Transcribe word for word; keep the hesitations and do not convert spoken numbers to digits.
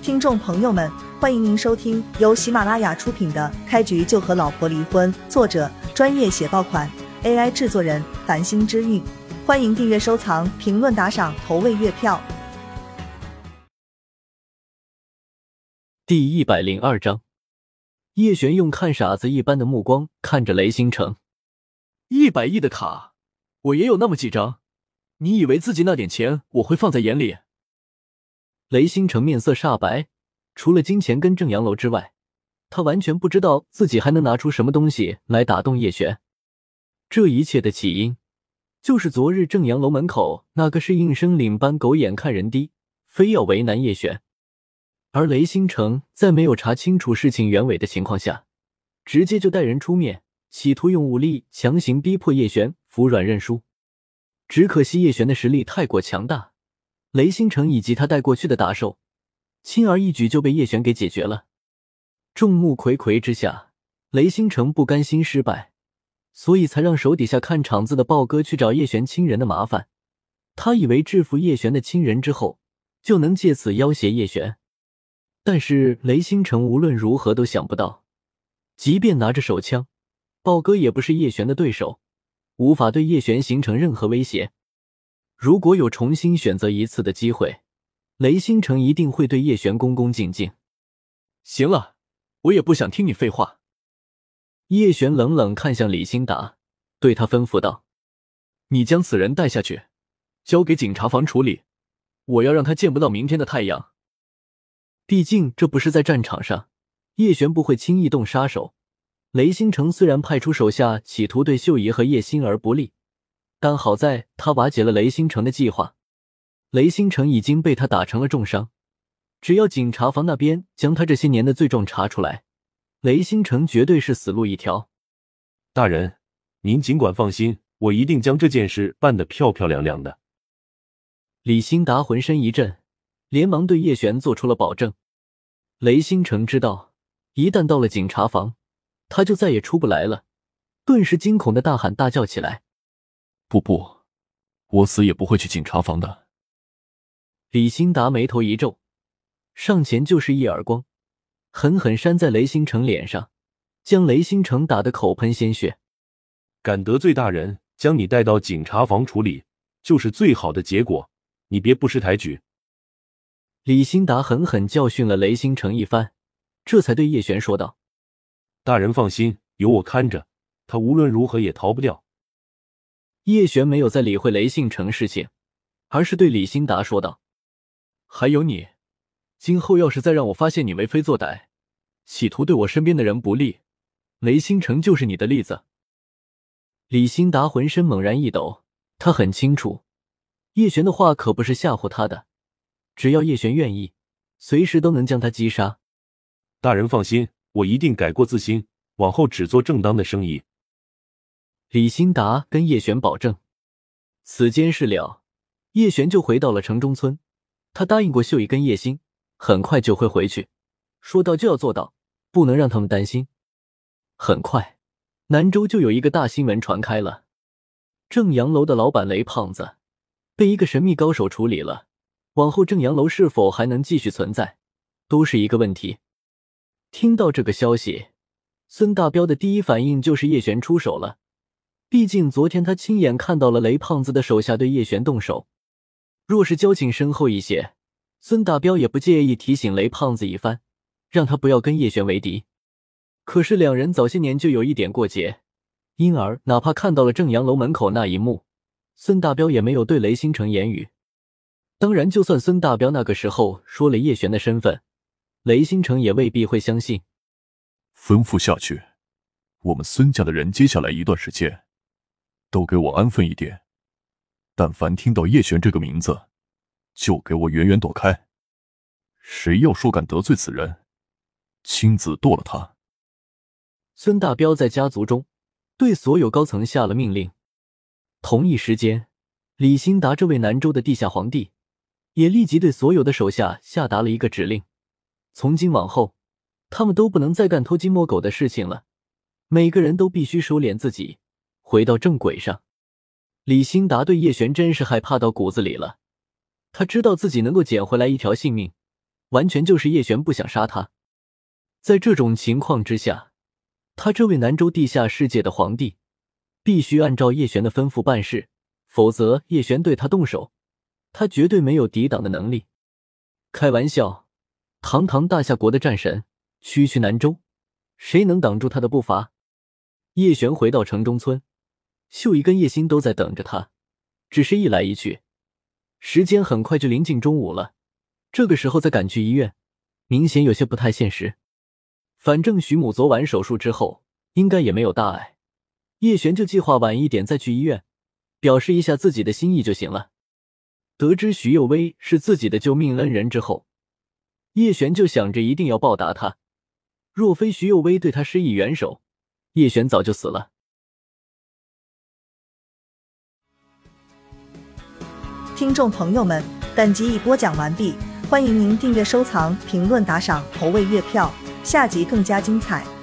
听众朋友们，欢迎您收听由喜马拉雅出品的《开局就和老婆离婚》，作者专业写爆款 ，A I 制作人繁星之韵。欢迎订阅、收藏、评论、打赏、投喂月票。 第一百零二章，叶璇用看傻子一般的目光看着雷星辰。一百亿的卡，我也有那么几张，你以为自己那点钱我会放在眼里？雷星辰面色煞白，除了金钱跟正阳楼之外，他完全不知道自己还能拿出什么东西来打动叶璇。这一切的起因，就是昨日正阳楼门口那个是应声领班狗眼看人低，非要为难叶璇。而雷星辰在没有查清楚事情原委的情况下，直接就带人出面，企图用武力强行逼迫叶璇服软认输。只可惜叶璇的实力太过强大，雷星辰以及他带过去的打手，轻而易举就被叶璇给解决了。众目睽睽之下，雷星辰不甘心失败，所以才让手底下看场子的豹哥去找叶璇亲人的麻烦。他以为制服叶璇的亲人之后，就能借此要挟叶璇。但是雷星辰无论如何都想不到，即便拿着手枪，豹哥也不是叶璇的对手，无法对叶璇形成任何威胁。如果有重新选择一次的机会，雷星辰一定会对叶璇恭恭敬敬。行了，我也不想听你废话。叶璇冷冷看向李兴达，对他吩咐道：你将此人带下去，交给警察房处理，我要让他见不到明天的太阳。毕竟这不是在战场上，叶璇不会轻易动杀手。雷星辰虽然派出手下企图对秀仪和叶欣儿不利，但好在他瓦解了雷星辰的计划。雷星辰已经被他打成了重伤，只要警察房那边将他这些年的罪状查出来，雷星辰绝对是死路一条。 大人，您尽管放心，我一定将这件事办得漂漂亮亮的。 李兴达浑身一震，连忙对叶璇做出了保证。雷星辰知道，一旦到了警察房，他就再也出不来了，顿时惊恐地大喊大叫起来： 不不，我死也不会去警察房的。 李兴达眉头一皱，上前就是一耳光，狠狠扇在雷星辰脸上，将雷星辰打得口喷鲜血。 敢得罪大人，将你带到警察房处理，就是最好的结果，你别不识抬举。 李兴达狠狠教训了雷星辰一番，这才对叶璇说道： 大人放心，有我看着，他无论如何也逃不掉。 叶璇没有再理会雷星辰事情，而是对李兴达说道：还有你，今后要是再让我发现你为非作歹，企图对我身边的人不利，雷星辰就是你的例子。李兴达浑身猛然一抖，他很清楚，叶璇的话可不是吓唬他的，只要叶璇愿意，随时都能将他击杀。 大人放心，我一定改过自新，往后只做正当的生意。 李兴达跟叶璇保证。此间事了，叶璇就回到了城中村，他答应过秀仪跟叶星，很快就会回去，说到就要做到，不能让他们担心。很快，南州就有一个大新闻传开了，正阳楼的老板雷胖子被一个神秘高手处理了，往后正阳楼是否还能继续存在，都是一个问题。听到这个消息，孙大彪的第一反应就是叶璇出手了，毕竟昨天他亲眼看到了雷胖子的手下对叶璇动手。若是交情深厚一些，孙大彪也不介意提醒雷胖子一番，让他不要跟叶璇为敌。可是两人早些年就有一点过节，因而哪怕看到了正阳楼门口那一幕，孙大彪也没有对雷星辰言语。当然，就算孙大彪那个时候说了叶璇的身份，雷星辰也未必会相信。 吩咐下去，我们孙家的人接下来一段时间都给我安分一点，但凡听到叶璇这个名字，就给我远远躲开。谁要说敢得罪此人，亲自剁了他。 孙大彪在家族中对所有高层下了命令。同一时间，李兴达这位南州的地下皇帝也立即对所有的手下下达了一个指令，从今往后，他们都不能再干偷鸡摸狗的事情了，每个人都必须收敛自己，回到正轨上。李兴达对叶璇真是害怕到骨子里了，他知道自己能够捡回来一条性命， 完全就是叶璇不想杀他。在这种情况之下，他这位南州地下世界的皇帝必须按照叶璇的吩咐办事，否则叶璇对他动手，他绝对没有抵挡的能力。开玩笑，堂堂大夏国的战神，区区南州，谁能挡住他的步伐？叶璇回到城中村，秀姨跟叶星都在等着他，只是一来一去，时间很快就临近中午了。这个时候再赶去医院，明显有些不太现实。反正徐母昨晚手术之后，应该也没有大碍，叶璇就计划晚一点再去医院，表示一下自己的心意就行了。得知徐幼薇是自己的救命恩人之后，叶璇就想着一定要报答他。若非徐幼薇对他施以援手，叶璇早就死了。 听众朋友们，本集已播讲完毕，欢迎您订阅、收藏、评论、打赏、投喂月票，下集更加精彩。